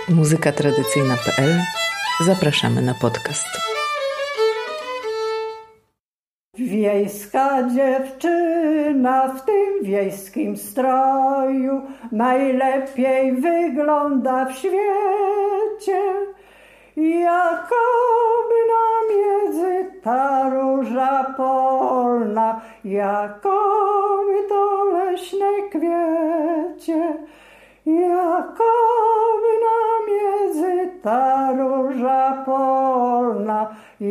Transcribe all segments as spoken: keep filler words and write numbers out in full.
muzyka tradycyjna kropka p l. Zapraszamy na podcast. Wiejska dziewczyna w tym wiejskim stroju najlepiej wygląda w świecie. Jakoby na miedzy ta róża polna, jakoby to leśne kwiecie. Jakoby na miedzy ta róża polna,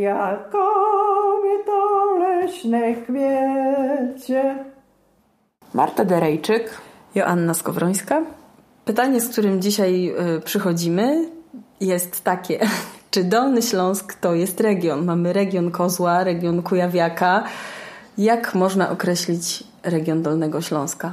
jakoby to leśne kwiecie. Marta Derejczyk, Joanna Skowrońska. Pytanie, z którym dzisiaj y, przychodzimy, jest takie. Czy Dolny Śląsk to jest region? Mamy region Kozła, region Kujawiaka. Jak można określić region Dolnego Śląska?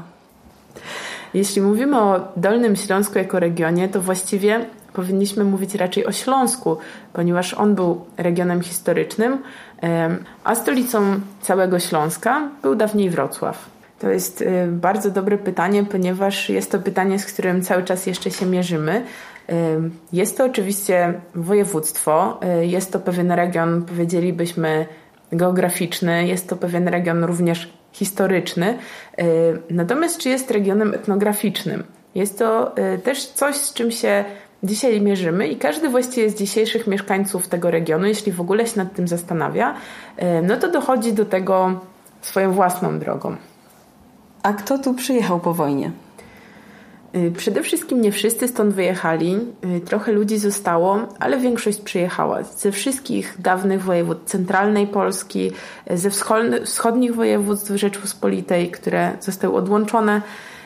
Jeśli mówimy o Dolnym Śląsku jako regionie, to właściwie powinniśmy mówić raczej o Śląsku, ponieważ on był regionem historycznym, a stolicą całego Śląska był dawniej Wrocław. To jest bardzo dobre pytanie, ponieważ jest to pytanie, z którym cały czas jeszcze się mierzymy. Jest to oczywiście województwo, jest to pewien region, powiedzielibyśmy, geograficzny, jest to pewien region również historyczny. Natomiast czy jest regionem etnograficznym? Jest to też coś, z czym się dzisiaj mierzymy i każdy właściwie z dzisiejszych mieszkańców tego regionu, jeśli w ogóle się nad tym zastanawia, no to dochodzi do tego swoją własną drogą. A kto tu przyjechał po wojnie? Przede wszystkim nie wszyscy stąd wyjechali, trochę ludzi zostało, ale większość przyjechała ze wszystkich dawnych województw centralnej Polski, ze wschodnich województw Rzeczpospolitej, które zostały odłączone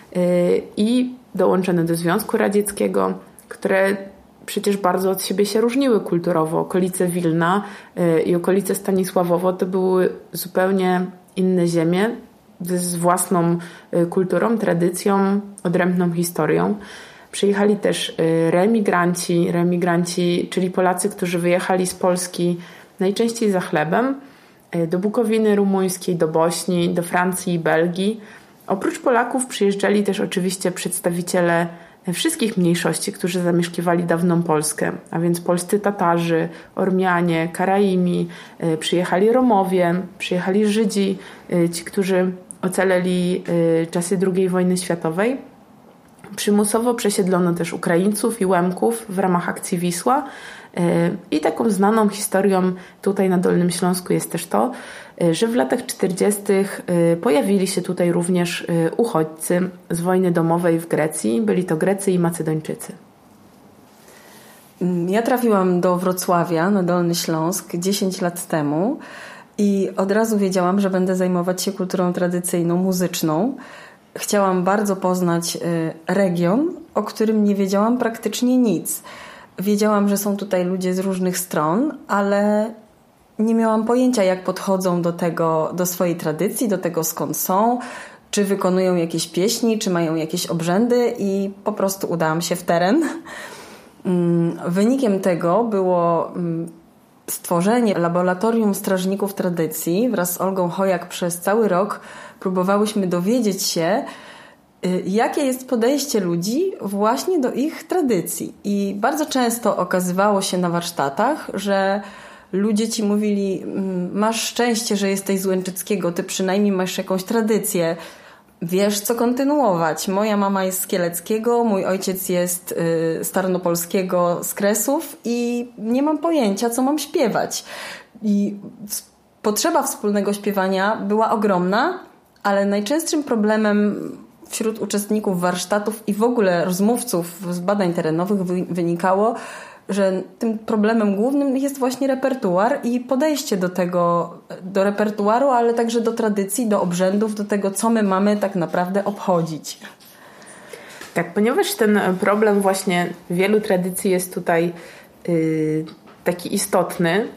i dołączone do Związku Radzieckiego, które przecież bardzo od siebie się różniły kulturowo. Okolice Wilna i okolice Stanisławowo to były zupełnie inne ziemie, z własną kulturą, tradycją, odrębną historią. Przyjechali też reemigranci, reemigranci, czyli Polacy, którzy wyjechali z Polski najczęściej za chlebem, do Bukowiny Rumuńskiej, do Bośni, do Francji i Belgii. Oprócz Polaków przyjeżdżali też oczywiście przedstawiciele wszystkich mniejszości, którzy zamieszkiwali dawną Polskę, a więc polscy Tatarzy, Ormianie, Karaimi, przyjechali Romowie, przyjechali Żydzi, ci, którzy ocaleli czasy drugiej wojny światowej. Przymusowo przesiedlono też Ukraińców i Łemków w ramach akcji Wisła. I taką znaną historią tutaj na Dolnym Śląsku jest też to, że w latach czterdziestych pojawili się tutaj również uchodźcy z wojny domowej w Grecji. Byli to Grecy i Macedończycy. Ja trafiłam do Wrocławia na Dolny Śląsk dziesięć lat temu i od razu wiedziałam, że będę zajmować się kulturą tradycyjną, muzyczną. Chciałam bardzo poznać region, o którym nie wiedziałam praktycznie nic. Wiedziałam, że są tutaj ludzie z różnych stron, ale nie miałam pojęcia, jak podchodzą do tego, do swojej tradycji, do tego, skąd są, czy wykonują jakieś pieśni, czy mają jakieś obrzędy i po prostu udałam się w teren. Wynikiem tego było stworzenie Laboratorium Strażników Tradycji. Wraz z Olgą Chojak przez cały rok próbowałyśmy dowiedzieć się, jakie jest podejście ludzi właśnie do ich tradycji. I bardzo często okazywało się na warsztatach, że ludzie ci mówili: masz szczęście, że jesteś z Łęczyckiego, ty przynajmniej masz jakąś tradycję, wiesz co kontynuować. Moja mama jest z Kieleckiego, mój ojciec jest z Tarnopolskiego, z Kresów i nie mam pojęcia, co mam śpiewać. I potrzeba wspólnego śpiewania była ogromna, ale najczęstszym problemem wśród uczestników warsztatów i w ogóle rozmówców z badań terenowych wynikało, że tym problemem głównym jest właśnie repertuar i podejście do tego, do repertuaru, ale także do tradycji, do obrzędów, do tego, co my mamy tak naprawdę obchodzić. Tak, ponieważ ten problem właśnie wielu tradycji jest tutaj yy, taki istotny,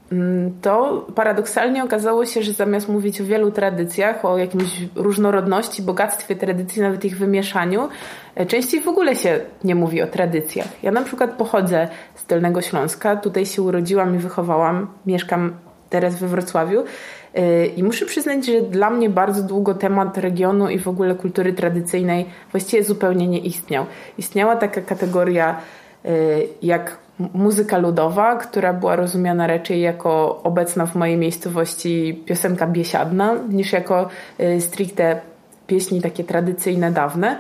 to paradoksalnie okazało się, że zamiast mówić o wielu tradycjach, o jakimś różnorodności, bogactwie tradycji, nawet ich wymieszaniu, częściej w ogóle się nie mówi o tradycjach. Ja na przykład pochodzę z Dolnego Śląska, tutaj się urodziłam i wychowałam, mieszkam teraz we Wrocławiu i muszę przyznać, że dla mnie bardzo długo temat regionu i w ogóle kultury tradycyjnej właściwie zupełnie nie istniał. Istniała taka kategoria jak muzyka ludowa, która była rozumiana raczej jako obecna w mojej miejscowości piosenka biesiadna, niż jako stricte pieśni takie tradycyjne, dawne.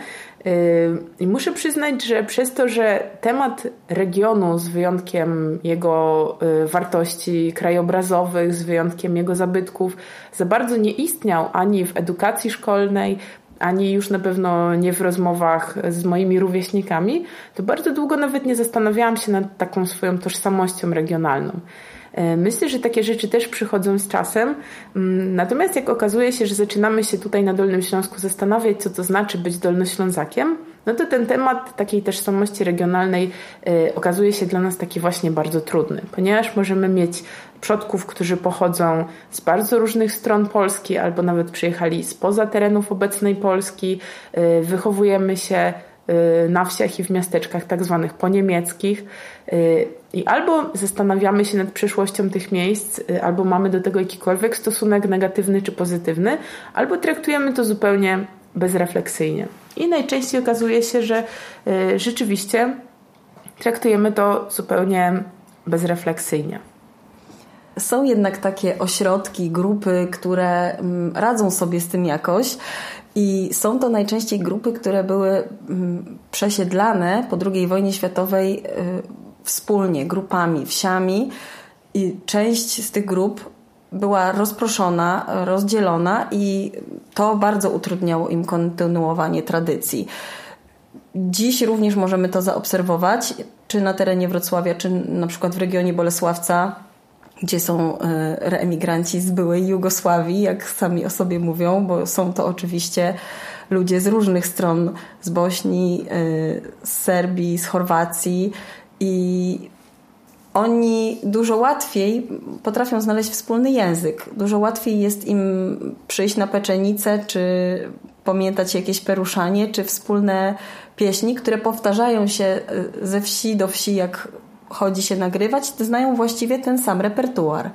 I muszę przyznać, że przez to, że temat regionu z wyjątkiem jego wartości krajobrazowych, z wyjątkiem jego zabytków za bardzo nie istniał ani w edukacji szkolnej, ani już na pewno nie w rozmowach z moimi rówieśnikami, to bardzo długo nawet nie zastanawiałam się nad taką swoją tożsamością regionalną. Myślę, że takie rzeczy też przychodzą z czasem, natomiast jak okazuje się, że zaczynamy się tutaj na Dolnym Śląsku zastanawiać, co to znaczy być Dolnoślązakiem, no to ten temat takiej tożsamości regionalnej y, okazuje się dla nas taki właśnie bardzo trudny, ponieważ możemy mieć przodków, którzy pochodzą z bardzo różnych stron Polski albo nawet przyjechali spoza terenów obecnej Polski, y, wychowujemy się na wsiach i w miasteczkach tak zwanych poniemieckich i albo zastanawiamy się nad przyszłością tych miejsc, albo mamy do tego jakikolwiek stosunek negatywny czy pozytywny, albo traktujemy to zupełnie bezrefleksyjnie. I najczęściej okazuje się, że rzeczywiście traktujemy to zupełnie bezrefleksyjnie. Są jednak takie ośrodki, grupy, które radzą sobie z tym jakoś. I są to najczęściej grupy, które były przesiedlane po drugiej wojnie światowej wspólnie, grupami, wsiami. I część z tych grup była rozproszona, rozdzielona i to bardzo utrudniało im kontynuowanie tradycji. Dziś również możemy to zaobserwować, czy na terenie Wrocławia, czy na przykład w regionie Bolesławca, gdzie są reemigranci z byłej Jugosławii, jak sami o sobie mówią, bo są to oczywiście ludzie z różnych stron, z Bośni, z Serbii, z Chorwacji i oni dużo łatwiej potrafią znaleźć wspólny język. Dużo łatwiej jest im przyjść na Peczenicę, czy pamiętać jakieś peruszanie, czy wspólne pieśni, które powtarzają się ze wsi do wsi, jak chodzi się nagrywać, znają właściwie ten sam repertuar.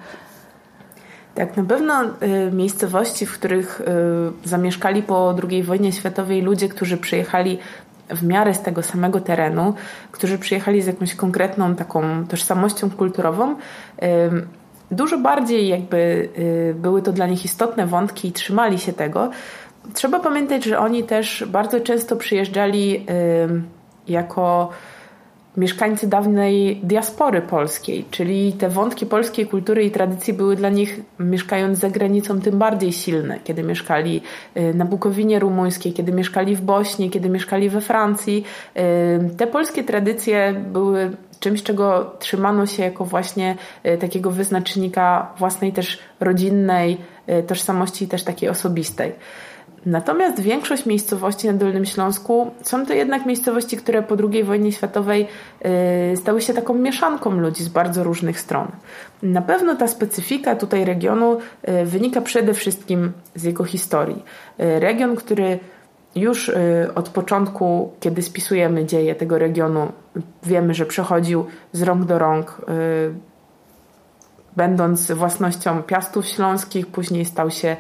Tak, na pewno y, miejscowości, w których y, zamieszkali po drugiej wojnie światowej ludzie, którzy przyjechali w miarę z tego samego terenu, którzy przyjechali z jakąś konkretną taką tożsamością kulturową, y, dużo bardziej jakby y, były to dla nich istotne wątki i trzymali się tego. Trzeba pamiętać, że oni też bardzo często przyjeżdżali y, jako mieszkańcy dawnej diaspory polskiej, czyli te wątki polskiej kultury i tradycji były dla nich, mieszkając za granicą, tym bardziej silne, kiedy mieszkali na Bukowinie Rumuńskiej, kiedy mieszkali w Bośni, kiedy mieszkali we Francji. Te polskie tradycje były czymś, czego trzymano się jako właśnie takiego wyznacznika własnej też rodzinnej tożsamości i też takiej osobistej. Natomiast większość miejscowości na Dolnym Śląsku są to jednak miejscowości, które po drugiej wojnie światowej stały się taką mieszanką ludzi z bardzo różnych stron. Na pewno ta specyfika tutaj regionu wynika przede wszystkim z jego historii. Region, który już od początku, kiedy spisujemy dzieje tego regionu, wiemy, że przechodził z rąk do rąk, będąc własnością Piastów Śląskich, później stał się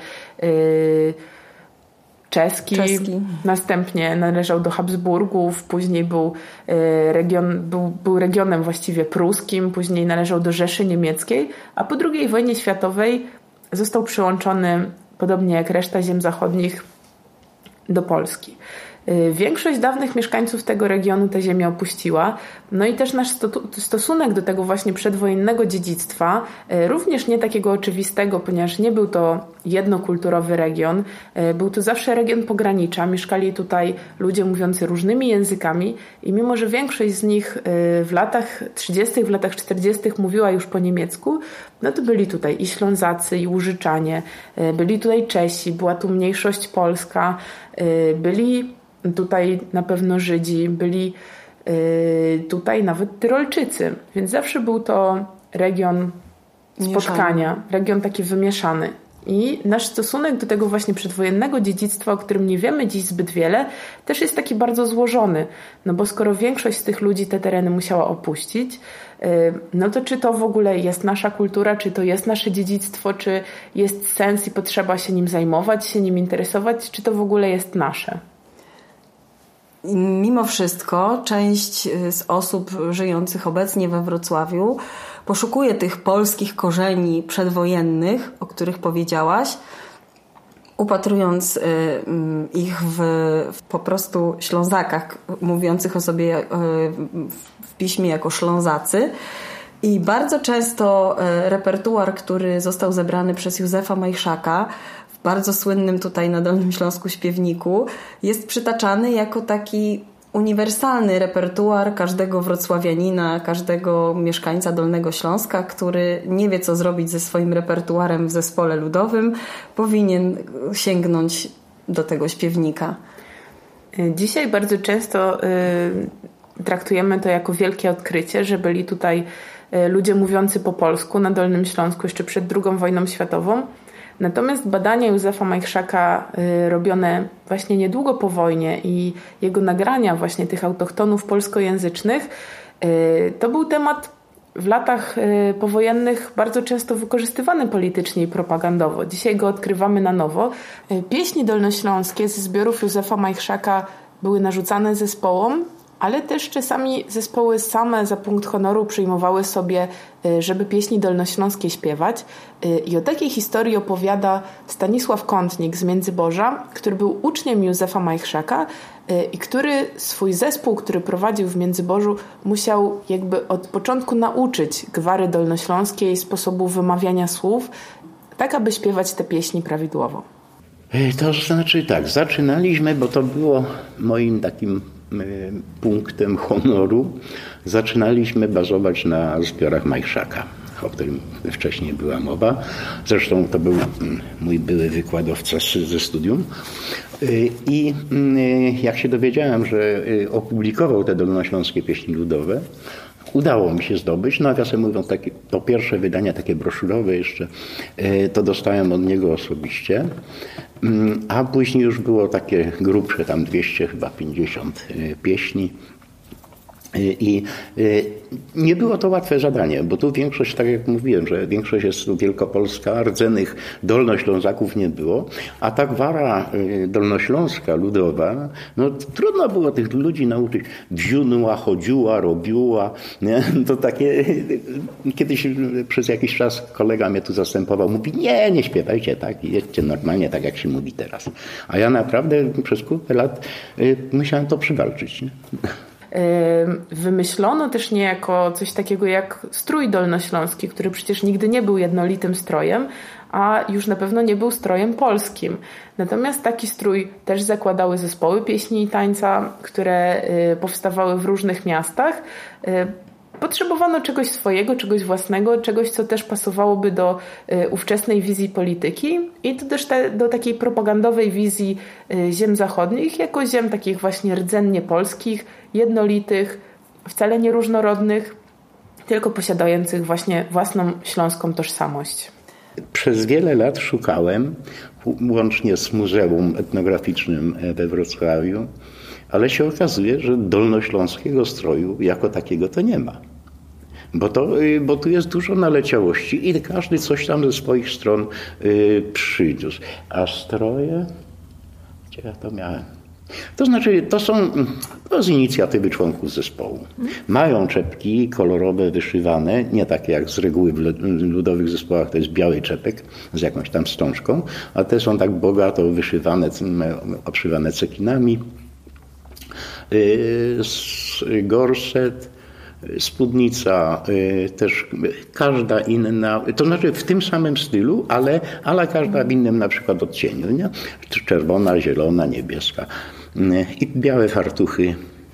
Czeski, Czeski, następnie należał do Habsburgów, później był, region, był, był regionem właściwie pruskim, później należał do Rzeszy Niemieckiej, a po drugiej wojnie światowej został przyłączony, podobnie jak reszta ziem zachodnich, do Polski. Większość dawnych mieszkańców tego regionu tę ziemię opuściła, no i też nasz stosunek do tego właśnie przedwojennego dziedzictwa, również nie takiego oczywistego, ponieważ nie był to jednokulturowy region, był to zawsze region pogranicza, mieszkali tutaj ludzie mówiący różnymi językami i mimo, że większość z nich w latach trzydziestych, w latach czterdziestych mówiła już po niemiecku, no to byli tutaj i Ślązacy, i Łużyczanie, byli tutaj Czesi, była tu mniejszość polska, byli tutaj na pewno Żydzi, byli yy, tutaj nawet Tyrolczycy, więc zawsze był to region spotkania, mieszany. Region taki wymieszany. I nasz stosunek do tego właśnie przedwojennego dziedzictwa, o którym nie wiemy dziś zbyt wiele, też jest taki bardzo złożony. No bo skoro większość z tych ludzi te tereny musiała opuścić, yy, no to czy to w ogóle jest nasza kultura, czy to jest nasze dziedzictwo, czy jest sens i potrzeba się nim zajmować, się nim interesować, czy to w ogóle jest nasze? I mimo wszystko część z osób żyjących obecnie we Wrocławiu poszukuje tych polskich korzeni przedwojennych, o których powiedziałaś, upatrując ich w, w po prostu Ślązakach, mówiących o sobie w piśmie jako Ślązacy. I bardzo często repertuar, który został zebrany przez Józefa Majchrzaka w bardzo słynnym tutaj na Dolnym Śląsku śpiewniku, jest przytaczany jako taki uniwersalny repertuar każdego wrocławianina, każdego mieszkańca Dolnego Śląska, który nie wie, co zrobić ze swoim repertuarem w zespole ludowym, powinien sięgnąć do tego śpiewnika. Dzisiaj bardzo często y, traktujemy to jako wielkie odkrycie, że byli tutaj y, ludzie mówiący po polsku na Dolnym Śląsku jeszcze przed drugą wojną światową. Natomiast badania Józefa Majchrzaka y, robione właśnie niedługo po wojnie i jego nagrania właśnie tych autochtonów polskojęzycznych, y, to był temat w latach y, powojennych bardzo często wykorzystywany politycznie i propagandowo. Dzisiaj go odkrywamy na nowo. Y, pieśni dolnośląskie ze zbiorów Józefa Majchrzaka były narzucane zespołom, ale też czasami zespoły same za punkt honoru przyjmowały sobie, żeby pieśni dolnośląskie śpiewać. I o takiej historii opowiada Stanisław Kątnik z Międzyborza, który był uczniem Józefa Majchrzaka i który swój zespół, który prowadził w Międzyborzu, musiał jakby od początku nauczyć gwary dolnośląskiej sposobu wymawiania słów, tak aby śpiewać te pieśni prawidłowo. To znaczy tak, zaczynaliśmy, bo to było moim takim punktem honoru, zaczynaliśmy bazować na zbiorach Majchrzaka, o którym wcześniej była mowa. Zresztą to był mój były wykładowca ze studium. I jak się dowiedziałem, że opublikował te dolnośląskie pieśni ludowe, udało mi się zdobyć, nawiasem mówiąc, takie, to pierwsze wydania, takie broszurowe jeszcze, to dostałem od niego osobiście, a później już było takie grubsze, tam dwieście chyba pięćdziesiąt pieśni. I nie było to łatwe zadanie, bo tu większość, tak jak mówiłem, że większość jest tu wielkopolska, rdzennych dolnoślązaków nie było, a ta gwara dolnośląska, ludowa, no trudno było tych ludzi nauczyć. Wziunęła, chodziła, robiła, nie? To takie, kiedyś przez jakiś czas kolega mnie tu zastępował, mówi, nie, nie śpiewajcie tak, jedźcie normalnie, tak jak się mówi teraz. A ja naprawdę przez kilka lat musiałem to przywalczyć, nie? Wymyślono też niejako coś takiego jak strój dolnośląski, który przecież nigdy nie był jednolitym strojem, a już na pewno nie był strojem polskim. Natomiast taki strój też zakładały zespoły pieśni i tańca, które powstawały w różnych miastach. Potrzebowano czegoś swojego, czegoś własnego, czegoś, co też pasowałoby do y, ówczesnej wizji polityki i to też te, do takiej propagandowej wizji y, ziem zachodnich, jako ziem takich właśnie rdzennie polskich, jednolitych, wcale nie różnorodnych, tylko posiadających właśnie własną śląską tożsamość. Przez wiele lat szukałem, łącznie z Muzeum Etnograficznym we Wrocławiu, ale się okazuje, że dolnośląskiego stroju jako takiego to nie ma. Bo, to, bo tu jest dużo naleciałości i każdy coś tam ze swoich stron y, przyniósł. A stroje? Gdzie ja to miałem? To znaczy, to są to z inicjatywy członków zespołu. Mają czepki kolorowe, wyszywane, nie takie jak z reguły w ludowych zespołach, to jest biały czepek z jakąś tam wstążką, a te są tak bogato wyszywane, obszywane cekinami. Gorset, spódnica, też każda inna, to znaczy w tym samym stylu, ale, ale każda w innym na przykład odcieniu, nie? Czerwona, zielona, niebieska i białe fartuchy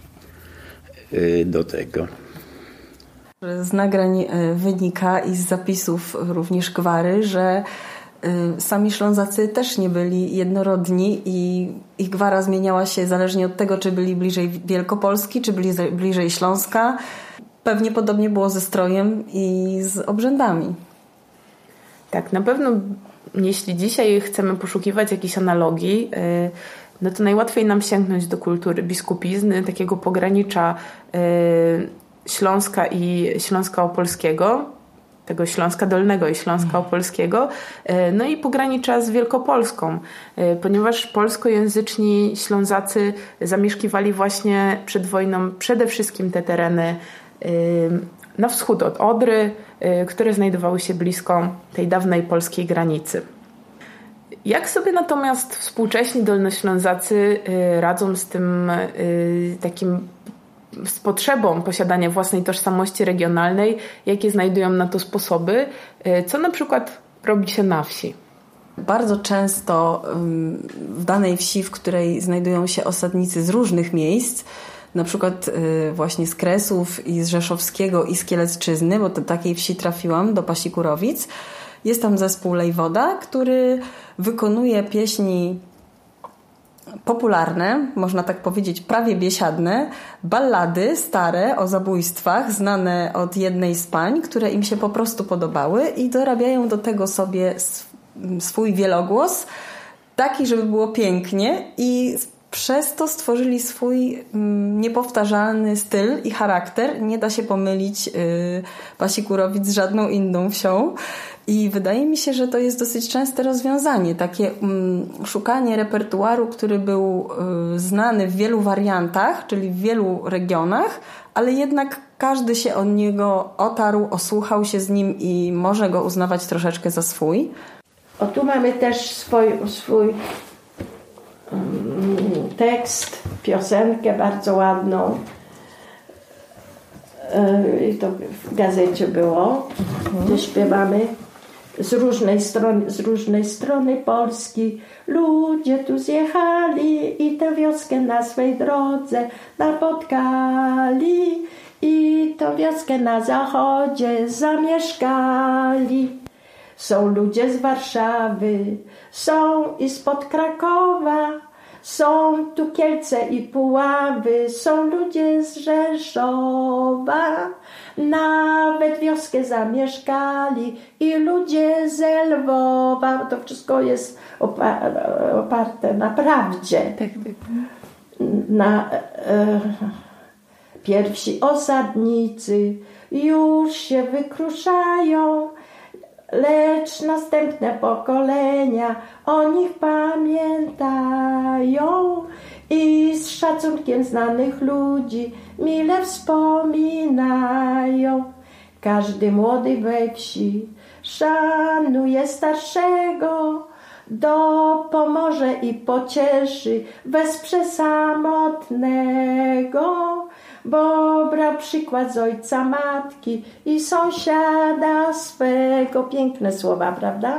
do tego. Z nagrań wynika i z zapisów również gwary, że sami Ślązacy też nie byli jednorodni i ich gwara zmieniała się zależnie od tego, czy byli bliżej Wielkopolski, czy byli bliżej Śląska. Pewnie podobnie było ze strojem i z obrzędami. Tak, na pewno jeśli dzisiaj chcemy poszukiwać jakichś analogii, no to najłatwiej nam sięgnąć do kultury biskupizny, takiego pogranicza Śląska i Śląska Opolskiego. tego Śląska Dolnego i Śląska Opolskiego, no i pogranicza z Wielkopolską, ponieważ polskojęzyczni Ślązacy zamieszkiwali właśnie przed wojną przede wszystkim te tereny na wschód od Odry, które znajdowały się blisko tej dawnej polskiej granicy. Jak sobie natomiast współcześni Dolnoślązacy radzą z tym takim, z potrzebą posiadania własnej tożsamości regionalnej, jakie znajdują na to sposoby, co na przykład robi się na wsi? Bardzo często w danej wsi, w której znajdują się osadnicy z różnych miejsc, na przykład właśnie z Kresów i z Rzeszowskiego i z Kielecczyzny, bo do takiej wsi trafiłam, do Pasikurowic, jest tam zespół Lejwoda, który wykonuje pieśni popularne, można tak powiedzieć prawie biesiadne, ballady stare o zabójstwach, znane od jednej z pań, które im się po prostu podobały i dorabiają do tego sobie swój wielogłos, taki, żeby było pięknie i przez to stworzyli swój niepowtarzalny styl i charakter. Nie da się pomylić Pasikurowic z żadną inną wsią. I wydaje mi się, że to jest dosyć częste rozwiązanie. Takie um, szukanie repertuaru, który był y, znany w wielu wariantach, czyli w wielu regionach, ale jednak każdy się od niego otarł, osłuchał się z nim i może go uznawać troszeczkę za swój. O, tu mamy też swój, swój um, tekst, piosenkę bardzo ładną. I to w gazecie było, mhm. gdzie śpiewamy z różnej strony, z różnej strony Polski. Ludzie tu zjechali i tę wioskę na swej drodze napotkali i tę wioskę na zachodzie zamieszkali. Są ludzie z Warszawy, są i spod Krakowa, są tu Kielce i Puławy, są ludzie z Rzeszowa, nawet wioskę zamieszkali i ludzie z Lwowa. To wszystko jest oparte na prawdzie. Tak, tak. Na e, pierwsi osadnicy już się wykruszają, lecz następne pokolenia o nich pamiętają i z szacunkiem znanych ludzi mile wspominają. Każdy młody we wsi szanuje starszego, dopomoże i pocieszy, wesprze samotnego, bo brał przykład z ojca, matki i sąsiada swego. Piękne słowa, prawda?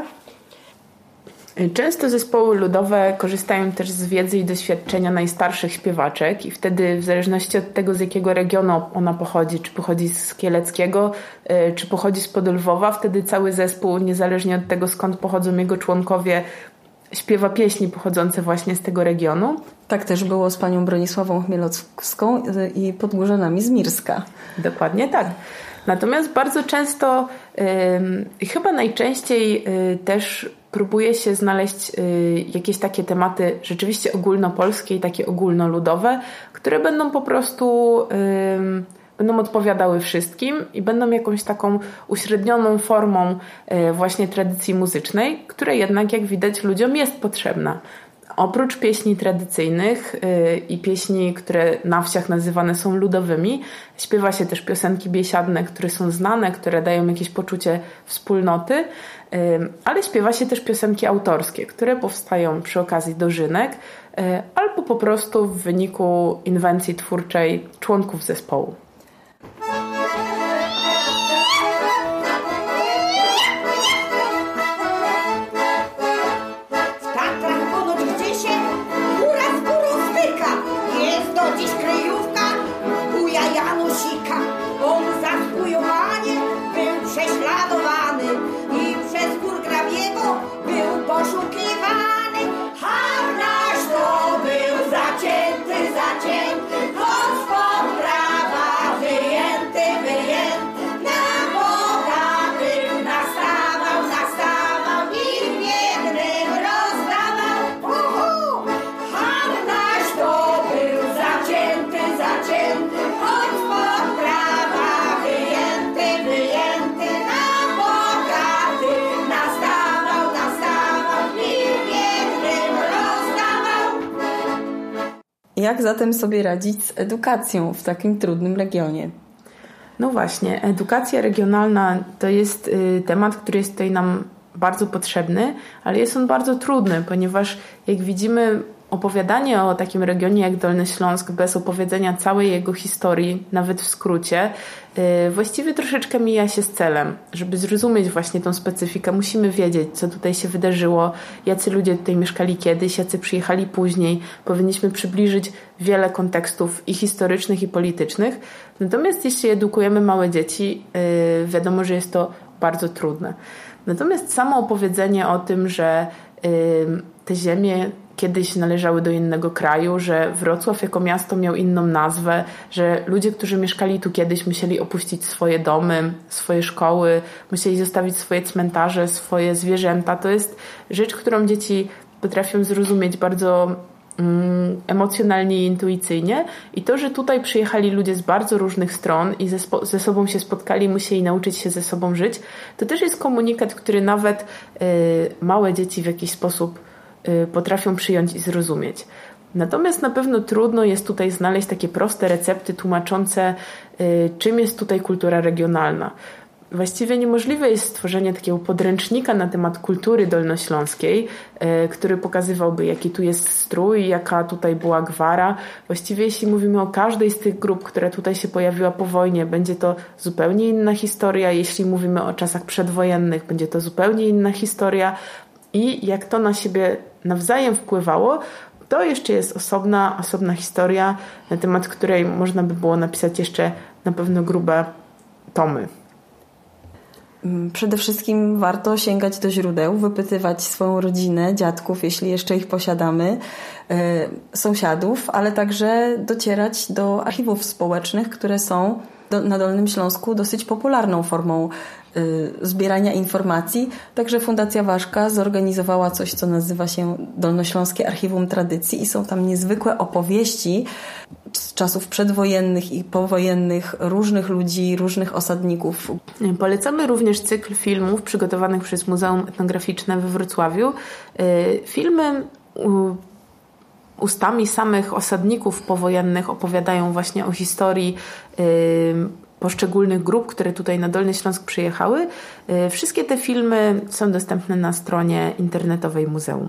Często zespoły ludowe korzystają też z wiedzy i doświadczenia najstarszych śpiewaczek i wtedy w zależności od tego, z jakiego regionu ona pochodzi, czy pochodzi z Kieleckiego, czy pochodzi spod Lwowa, wtedy cały zespół, niezależnie od tego, skąd pochodzą jego członkowie, śpiewa pieśni pochodzące właśnie z tego regionu. Tak też było z panią Bronisławą Chmielowską i Podgórzanami z Mirska. Dokładnie tak. Natomiast bardzo często, yy, chyba najczęściej yy, też próbuje się znaleźć yy, jakieś takie tematy rzeczywiście ogólnopolskie i takie ogólnoludowe, które będą po prostu yy, będą odpowiadały wszystkim i będą jakąś taką uśrednioną formą yy, właśnie tradycji muzycznej, która jednak, jak widać, ludziom jest potrzebna. Oprócz pieśni tradycyjnych yy, i pieśni, które na wsiach nazywane są ludowymi, śpiewa się też piosenki biesiadne, które są znane, które dają jakieś poczucie wspólnoty, yy, ale śpiewa się też piosenki autorskie, które powstają przy okazji dożynek yy, albo po prostu w wyniku inwencji twórczej członków zespołu. Harnaś to był zacięty, zacięty, choć po prawa Jak zatem sobie radzić z edukacją w takim trudnym regionie? No właśnie, edukacja regionalna to jest y, temat, który jest tutaj nam bardzo potrzebny, ale jest on bardzo trudny, ponieważ jak widzimy, opowiadanie o takim regionie jak Dolny Śląsk bez opowiedzenia całej jego historii, nawet w skrócie, yy, właściwie troszeczkę mija się z celem. Żeby zrozumieć właśnie tą specyfikę, musimy wiedzieć, co tutaj się wydarzyło, jacy ludzie tutaj mieszkali kiedyś, jacy przyjechali później. Powinniśmy przybliżyć wiele kontekstów i historycznych, i politycznych. Natomiast jeśli edukujemy małe dzieci, yy, wiadomo, że jest to bardzo trudne. Natomiast samo opowiedzenie o tym, że yy, te ziemie kiedyś należały do innego kraju, że Wrocław jako miasto miał inną nazwę, że ludzie, którzy mieszkali tu kiedyś, musieli opuścić swoje domy, swoje szkoły, musieli zostawić swoje cmentarze, swoje zwierzęta. To jest rzecz, którą dzieci potrafią zrozumieć bardzo mm, emocjonalnie i intuicyjnie. I to, że tutaj przyjechali ludzie z bardzo różnych stron i ze, spo- ze sobą się spotkali, musieli nauczyć się ze sobą żyć, to też jest komunikat, który nawet yy, małe dzieci w jakiś sposób potrafią przyjąć i zrozumieć. Natomiast na pewno trudno jest tutaj znaleźć takie proste recepty tłumaczące, czym jest tutaj kultura regionalna. Właściwie niemożliwe jest stworzenie takiego podręcznika na temat kultury dolnośląskiej, który pokazywałby, jaki tu jest strój, jaka tutaj była gwara. Właściwie jeśli mówimy o każdej z tych grup, która tutaj się pojawiła po wojnie, będzie to zupełnie inna historia. Jeśli mówimy o czasach przedwojennych, będzie to zupełnie inna historia. I jak to na siebie nawzajem wpływało, to jeszcze jest osobna, osobna historia, na temat której można by było napisać jeszcze na pewno grube tomy. Przede wszystkim warto sięgać do źródeł, wypytywać swoją rodzinę, dziadków, jeśli jeszcze ich posiadamy, sąsiadów, ale także docierać do archiwów społecznych, które są do, na Dolnym Śląsku dosyć popularną formą y, zbierania informacji. Także Fundacja Waszka zorganizowała coś, co nazywa się Dolnośląskie Archiwum Tradycji i są tam niezwykłe opowieści z czasów przedwojennych i powojennych różnych ludzi, różnych osadników. Polecamy również cykl filmów przygotowanych przez Muzeum Etnograficzne we Wrocławiu. Y, filmy y, ustami samych osadników powojennych opowiadają właśnie o historii y, poszczególnych grup, które tutaj na Dolny Śląsk przyjechały. Y, wszystkie te filmy są dostępne na stronie internetowej muzeum.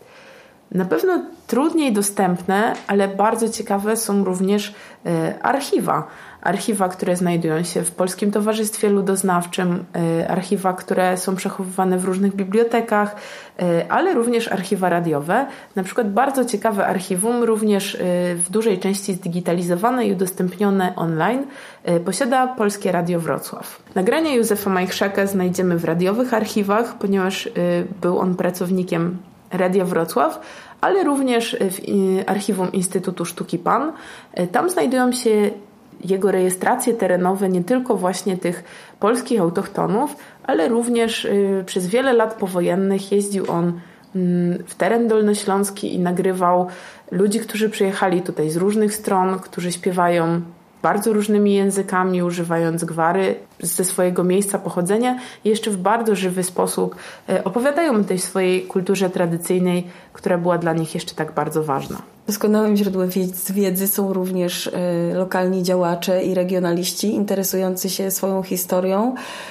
Na pewno trudniej dostępne, ale bardzo ciekawe są również y, archiwa. Archiwa, które znajdują się w Polskim Towarzystwie Ludoznawczym, y, archiwa, które są przechowywane w różnych bibliotekach, y, ale również archiwa radiowe. Na przykład bardzo ciekawe archiwum, również y, w dużej części zdigitalizowane i udostępnione online, y, posiada Polskie Radio Wrocław. Nagrania Józefa Majchrzaka znajdziemy w radiowych archiwach, ponieważ y, był on pracownikiem Radia Wrocław, ale również w archiwum Instytutu Sztuki Pan. Tam znajdują się jego rejestracje terenowe nie tylko właśnie tych polskich autochtonów, ale również przez wiele lat powojennych jeździł on w teren dolnośląski i nagrywał ludzi, którzy przyjechali tutaj z różnych stron, którzy śpiewają bardzo różnymi językami, używając gwary ze swojego miejsca pochodzenia i jeszcze w bardzo żywy sposób opowiadają o tej swojej kulturze tradycyjnej, która była dla nich jeszcze tak bardzo ważna. Doskonałym źródłem wiedzy są również lokalni działacze i regionaliści interesujący się swoją historią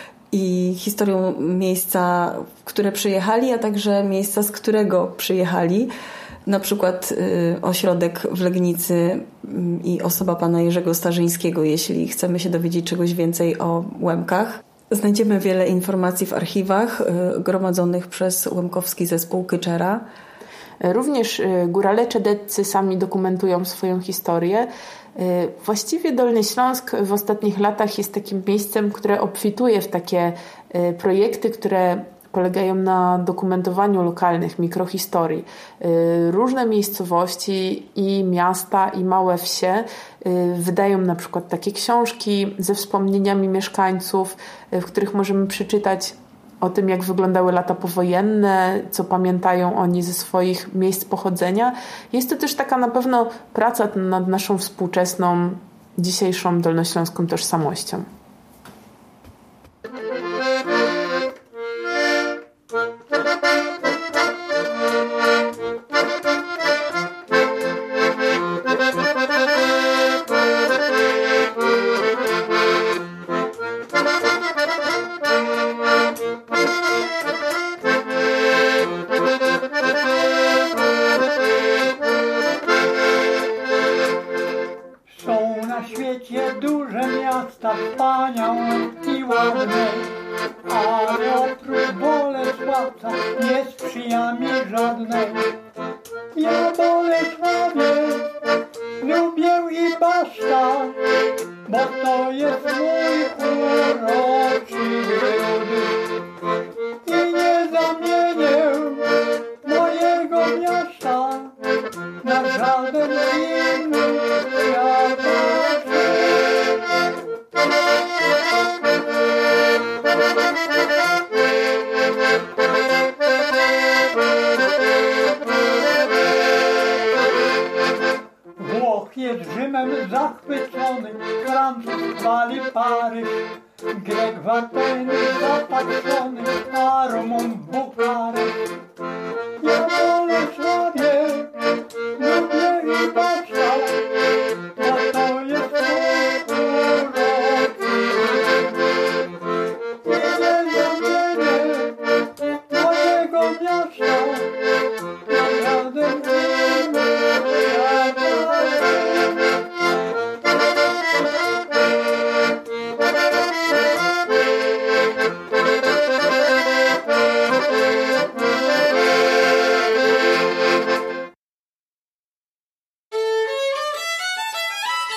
i historią miejsca, w które przyjechali, a także miejsca, z którego przyjechali. Na przykład y, ośrodek w Legnicy y, i osoba pana Jerzego Starzyńskiego, jeśli chcemy się dowiedzieć czegoś więcej o Łemkach. Znajdziemy wiele informacji w archiwach y, gromadzonych przez Łemkowski Zespół Kyczera. Również y, górale czedeccy sami dokumentują swoją historię. Y, właściwie Dolny Śląsk w ostatnich latach jest takim miejscem, które obfituje w takie y, projekty, które polegają na dokumentowaniu lokalnych mikrohistorii. Różne miejscowości i miasta i małe wsie wydają na przykład takie książki ze wspomnieniami mieszkańców, w których możemy przeczytać o tym, jak wyglądały lata powojenne, co pamiętają oni ze swoich miejsc pochodzenia. Jest to też taka na pewno praca nad naszą współczesną, dzisiejszą dolnośląską tożsamością. świecie duże miasta, wspaniałe i ładne, ale oprócz Bolesławca nie sprzyja mi żadnej. Ja Bolesławiec lubię i basta, bo to jest mój uroczy gród. I nie zamienię mojego miasta na żaden inny świat. Włoch jest Rzymem zachwycony, Francuz chwali Paryż, Grek w Ateny zapatrzony, a Rumun w Bukareszt. Ja Bolesławie lubię i basta, bo to jest mój uroczy. I nie zamienię mojego miasta na żaden inny świat.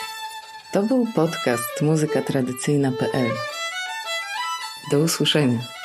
To był podcast muzyka tradycyjna kropka pe el. Do usłyszenia.